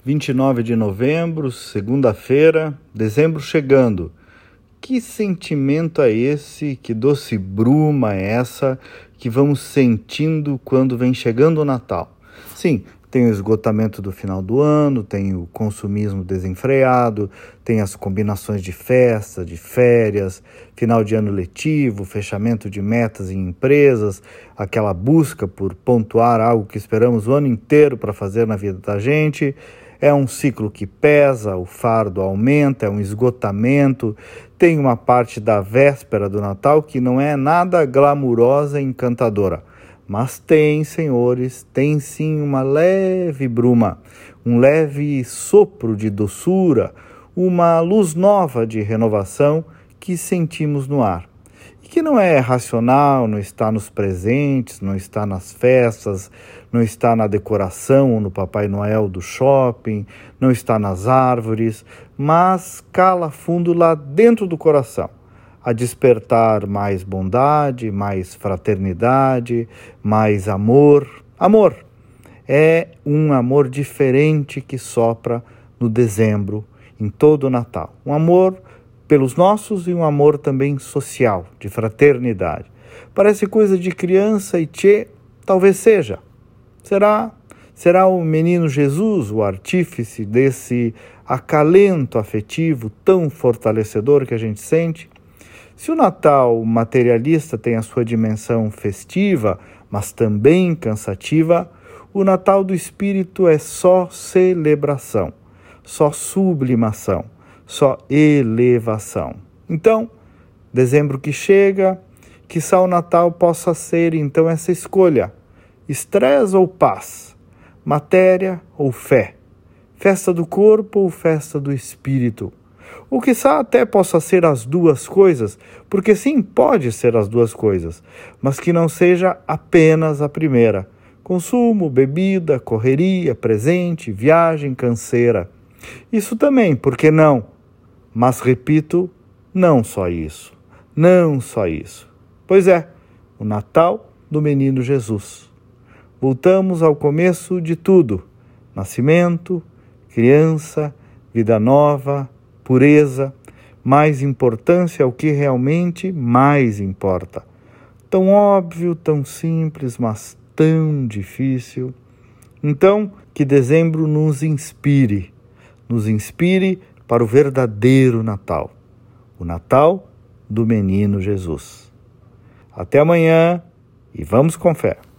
29 de novembro, segunda-feira, dezembro chegando. Que sentimento é esse, que doce bruma é essa que vamos sentindo quando vem chegando o Natal? Sim, tem o esgotamento do final do ano, tem o consumismo desenfreado, tem as combinações de festa, de férias, final de ano letivo, fechamento de metas em empresas, aquela busca por pontuar algo que esperamos o ano inteiro para fazer na vida da gente. É um ciclo que pesa, o fardo aumenta, é um esgotamento. Tem uma parte da véspera do Natal que não é nada glamurosa e encantadora. Mas tem, senhores, tem sim uma leve bruma, um leve sopro de doçura, uma luz nova de renovação que sentimos no ar. E que não é racional, não está nos presentes, não está nas festas, não está na decoração ou no Papai Noel do shopping, não está nas árvores, mas cala fundo lá dentro do coração, a despertar mais bondade, mais fraternidade, mais amor. Amor é um amor diferente que sopra no dezembro, em todo o Natal. Um amor pelos nossos e um amor também social, de fraternidade. Parece coisa de criança e talvez seja. Será o menino Jesus o artífice desse acalento afetivo tão fortalecedor que a gente sente? Se o Natal materialista tem a sua dimensão festiva, mas também cansativa, o Natal do Espírito é só celebração, só sublimação, só elevação. Então, dezembro que chega, quiçá o Natal possa ser então essa escolha: estresse ou paz, matéria ou fé, festa do corpo ou festa do espírito. Ou quiçá até possa ser as duas coisas, porque sim, pode ser as duas coisas, mas que não seja apenas a primeira. Consumo, bebida, correria, presente, viagem, canseira. Isso também, por que não? Mas repito, não só isso. Não só isso. Pois é, o Natal do Menino Jesus. Voltamos ao começo de tudo. Nascimento, criança, vida nova, pureza, mais importância ao que realmente mais importa. Tão óbvio, tão simples, mas tão difícil. Então, que dezembro nos inspire para o verdadeiro Natal, o Natal do Menino Jesus. Até amanhã e vamos com fé.